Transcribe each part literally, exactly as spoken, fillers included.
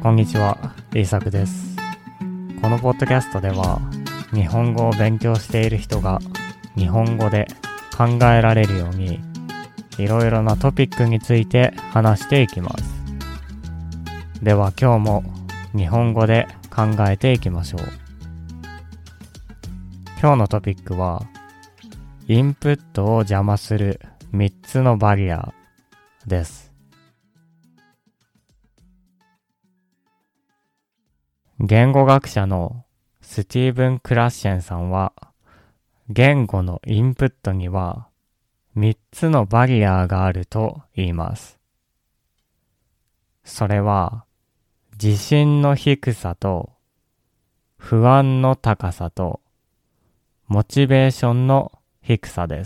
こんにちは、イーサクです。このポッドキャストでは日本語を勉強している人が日本語で考えられるようにいろいろなトピックについて話していきます。では今日も日本語で考えていきましょう。今日のトピックはインプットを邪魔するみっつのバリアです。言語学者のスティーブン・クラッシェンさんは、言語のインプットにはみっつのバリアがあると言います。それは、自信の低さと、不安の高さと、モチベーションの低さです。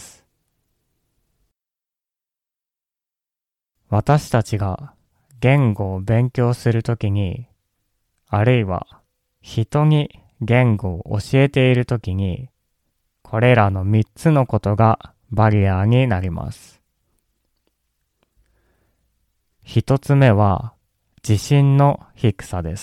私たちが言語を勉強するときに、あるいは人に言語を教えているときに、これらのみっつのことがバリアになります。一つ目は自信の低さです。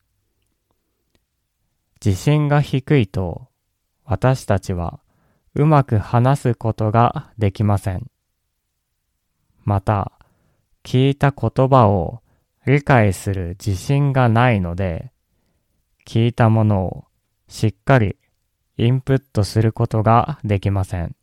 自信が低いと私たちはうまく話すことができません。また、聞いた言葉を理解する自信がないので、聞いたものをしっかりインプットすることができません。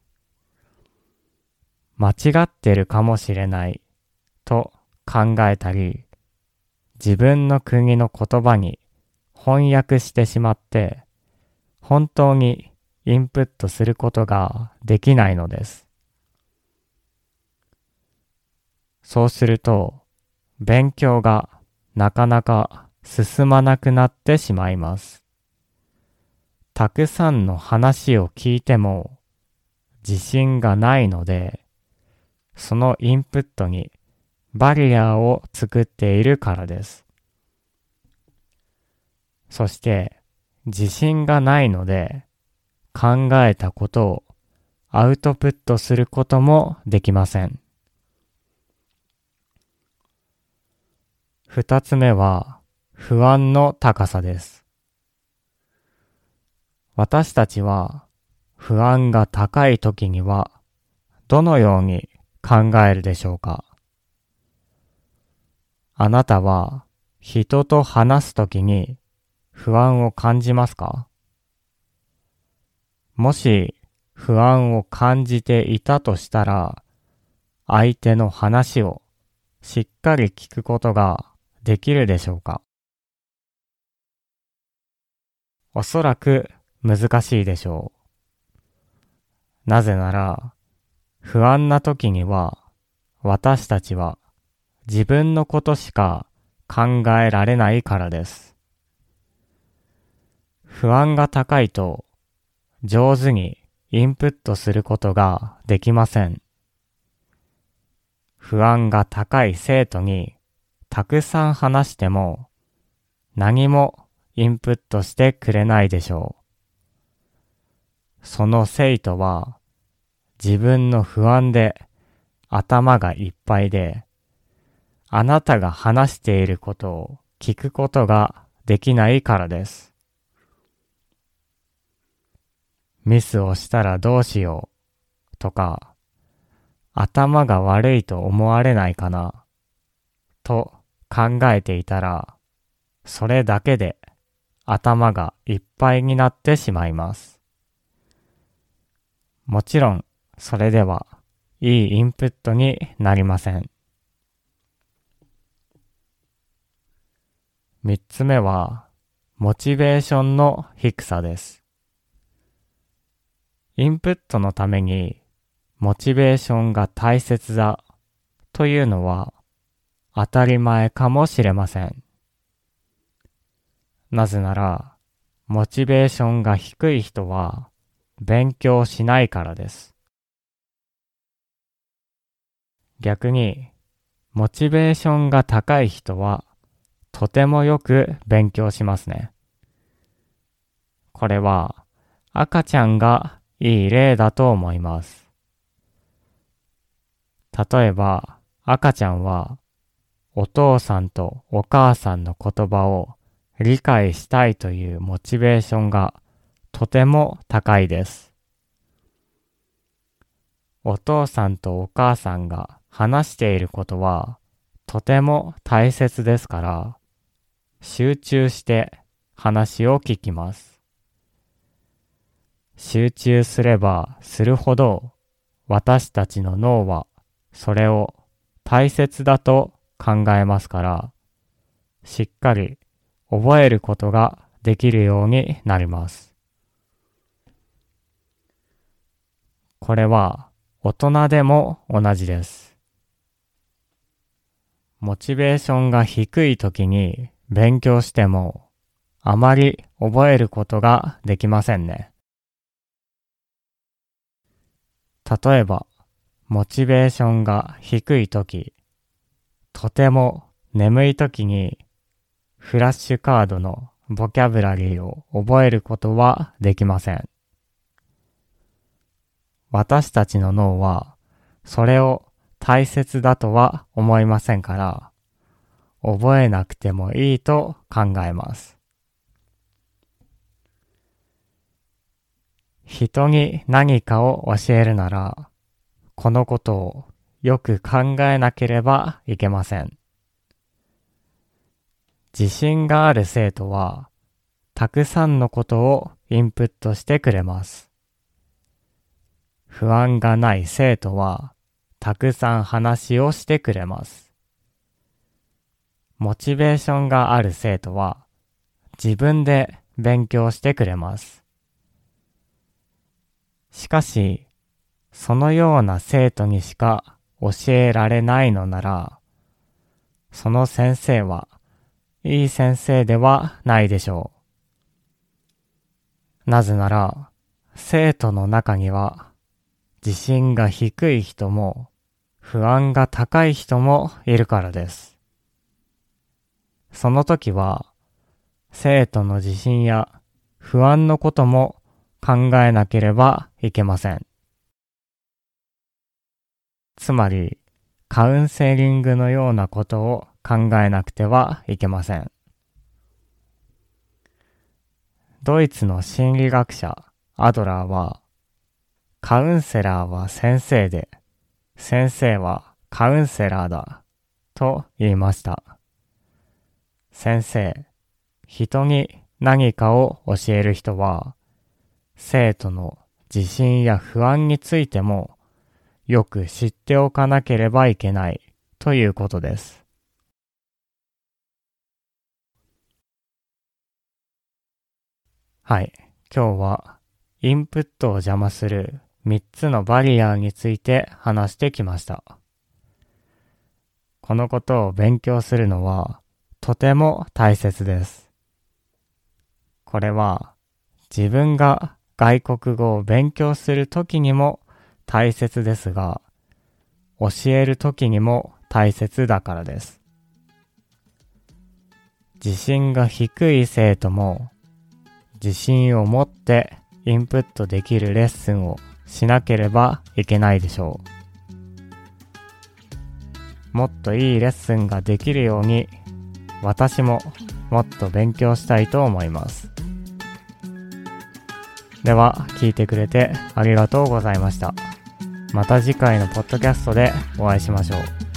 間違ってるかもしれないと考えたり、自分の国の言葉に翻訳してしまって、本当にインプットすることができないのです。そうすると、勉強がなかなか進まなくなってしまいます。たくさんの話を聞いても自信がないので、そのインプットにバリアを作っているからです。そして自信がないので、考えたことをアウトプットすることもできません。二つ目は不安の高さです。私たちは不安が高いときにはどのように考えるでしょうか？あなたは人と話すときに不安を感じますか？もし不安を感じていたとしたら、相手の話をしっかり聞くことができるでしょうか？おそらく難しいでしょう。なぜなら、不安な時には、私たちは自分のことしか考えられないからです。不安が高いと、上手にインプットすることができません。不安が高い生徒にたくさん話しても何もインプットしてくれないでしょう。その生徒は自分の不安で頭がいっぱいで、あなたが話していることを聞くことができないからです。ミスをしたらどうしようとか、頭が悪いと思われないかなと考えていたら、それだけで頭がいっぱいになってしまいます。もちろん、それではいいインプットになりません。三つ目は、モチベーションの低さです。インプットのために、モチベーションが大切だというのは当たり前かもしれません。なぜなら、モチベーションが低い人は勉強しないからです。逆に、モチベーションが高い人はとてもよく勉強しますね。これは赤ちゃんがいい例だと思います。例えば赤ちゃんはお父さんとお母さんの言葉を理解したいというモチベーションがとても高いです。お父さんとお母さんが話していることはとても大切ですから、集中して話を聞きます。集中すればするほど、私たちの脳はそれを大切だと考えますから、しっかり覚えることができるようになります。これは大人でも同じです。モチベーションが低い時に勉強してもあまり覚えることができませんね。例えば、モチベーションが低い時、とても眠い時にフラッシュカードのボキャブラリーを覚えることはできません。私たちの脳はそれを大切だとは思いませんから、覚えなくてもいいと考えます。人に何かを教えるなら、このことをよく考えなければいけません。自信がある生徒は、たくさんのことをインプットしてくれます。不安がない生徒は、たくさん話をしてくれます。モチベーションがある生徒は、自分で勉強してくれます。しかし、そのような生徒にしか教えられないのなら、その先生はいい先生ではないでしょう。なぜなら、生徒の中には自信が低い人も不安が高い人もいるからです。その時は、生徒の自信や不安のことも考えなければいけません。つまり、カウンセリングのようなことを考えなくてはいけません。ドイツの心理学者アドラーは、カウンセラーは先生で、先生はカウンセラーだと言いました。先生、人に何かを教える人は、生徒の自信や不安についてもよく知っておかなければいけないということです。はい、今日はインプットを邪魔するみっつのバリアについて話してきました。このことを勉強するのはとても大切です。これは自分が外国語を勉強するときにも大切ですが、教えるときにも大切だからです。自信が低い生徒も自信を持ってインプットできるレッスンをしなければいけないでしょう。もっといいレッスンができるように、私ももっと勉強したいと思います。では、聞いてくれてありがとうございました。また次回のポッドキャストでお会いしましょう。